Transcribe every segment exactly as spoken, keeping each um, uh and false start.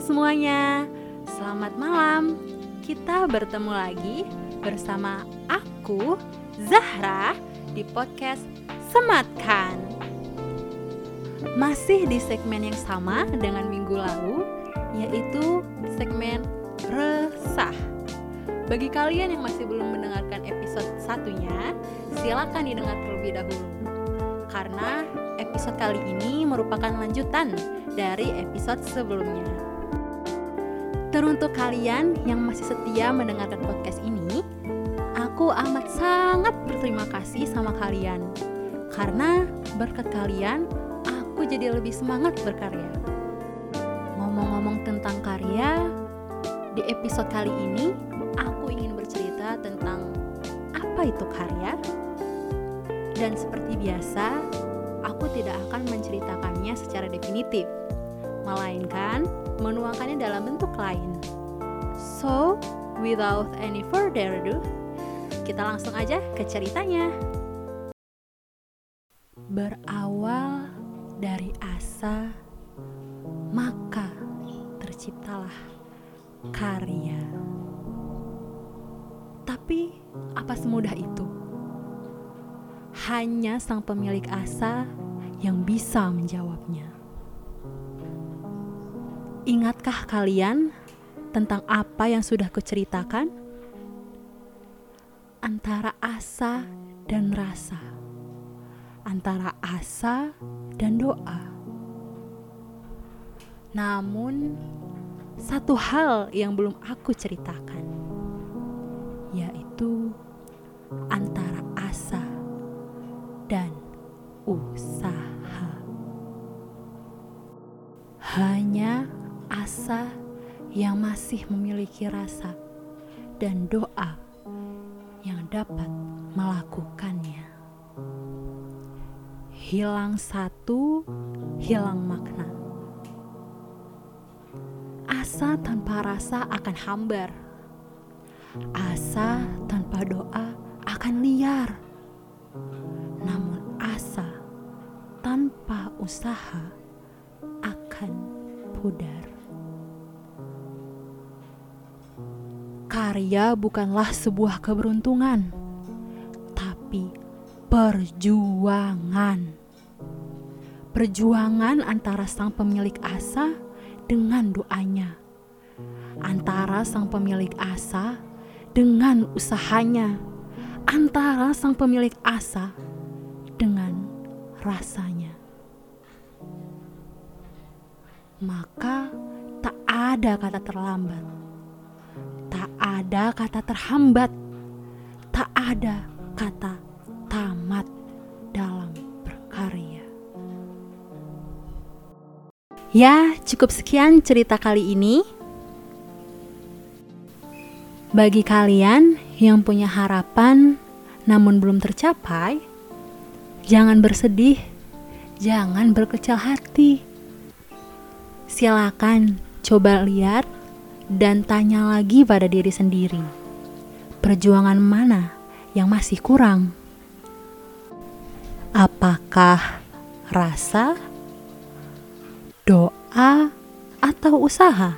semuanya, selamat malam. Kita bertemu lagi bersama aku, Zahra, di podcast Sematkan. Masih di segmen yang sama dengan minggu lalu, yaitu segmen resah. Bagi kalian yang masih belum mendengarkan episode satunya, silakan didengar terlebih dahulu. Karena episode kali ini merupakan lanjutan dari episode sebelumnya. Teruntuk kalian yang masih setia mendengarkan podcast ini, aku amat sangat berterima kasih sama kalian. Karena berkat kalian, aku jadi lebih semangat berkarya. Ngomong-ngomong tentang karya, di episode kali ini aku ingin bercerita tentang apa itu karya. Dan seperti biasa, aku tidak akan menceritakannya secara definitif, melainkan menuangkannya dalam bentuk lain. So, without any further ado, kita langsung aja ke ceritanya. Berawal dari asa, maka terciptalah karya. Tapi, apa semudah itu? Hanya sang pemilik asa yang bisa menjawabnya. Ingatkah kalian tentang apa yang sudah kuceritakan? Antara asa dan rasa, antara asa dan doa. Namun, satu hal yang belum aku ceritakan, yaitu antara asa dan usaha. Hanya asa yang masih memiliki rasa dan doa yang dapat melakukannya. Hilang satu, hilang makna. Asa tanpa rasa akan hambar. Asa tanpa doa akan liar. Namun asa tanpa usaha akan pudar. Karya bukanlah sebuah keberuntungan, tapi perjuangan. Perjuangan antara sang pemilik asa dengan doanya, antara sang pemilik asa dengan usahanya, antara sang pemilik asa dengan rasanya. Maka tak ada kata terlambat, tak ada kata terhambat, tak ada kata tamat dalam berkarya. Ya, cukup sekian cerita kali ini. Bagi kalian yang punya harapan namun belum tercapai, jangan bersedih, jangan berkecil hati. Silakan coba lihat dan tanya lagi pada diri sendiri, perjuangan mana yang masih kurang? Apakah rasa, doa, atau usaha?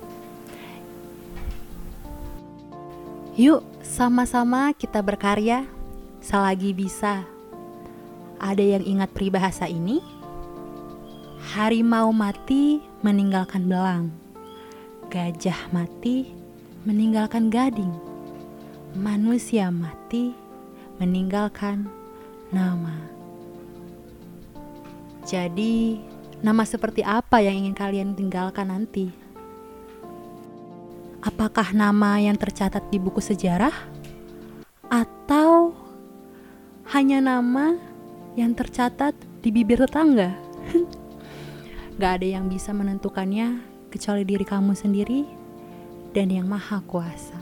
Yuk sama-sama kita berkarya selagi bisa. Ada yang ingat peribahasa ini? Harimau mati meninggalkan belang, gajah mati meninggalkan gading, manusia mati meninggalkan nama. Jadi, nama seperti apa yang ingin kalian tinggalkan nanti? Apakah nama yang tercatat di buku sejarah? Atau hanya nama yang tercatat di bibir tetangga? Gak ada yang bisa menentukannya kecuali diri kamu sendiri dan Yang Maha Kuasa.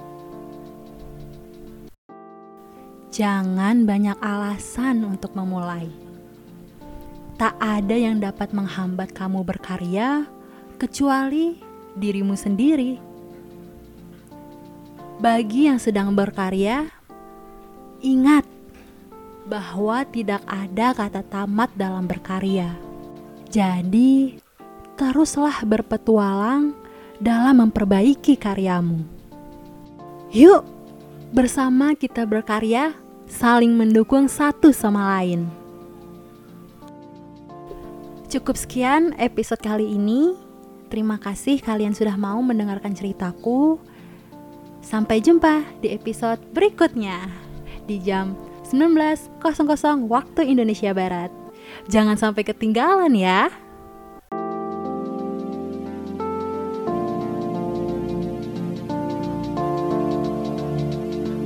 Jangan banyak alasan untuk memulai. Tak ada yang dapat menghambat kamu berkarya kecuali dirimu sendiri. Bagi yang sedang berkarya, ingat bahwa tidak ada kata tamat dalam berkarya. Jadi, teruslah berpetualang dalam memperbaiki karyamu. Yuk, bersama kita berkarya, saling mendukung satu sama lain. Cukup sekian episode kali ini. Terima kasih kalian sudah mau mendengarkan ceritaku. Sampai jumpa di episode berikutnya di jam sembilan belas waktu Indonesia Barat. Jangan sampai ketinggalan ya.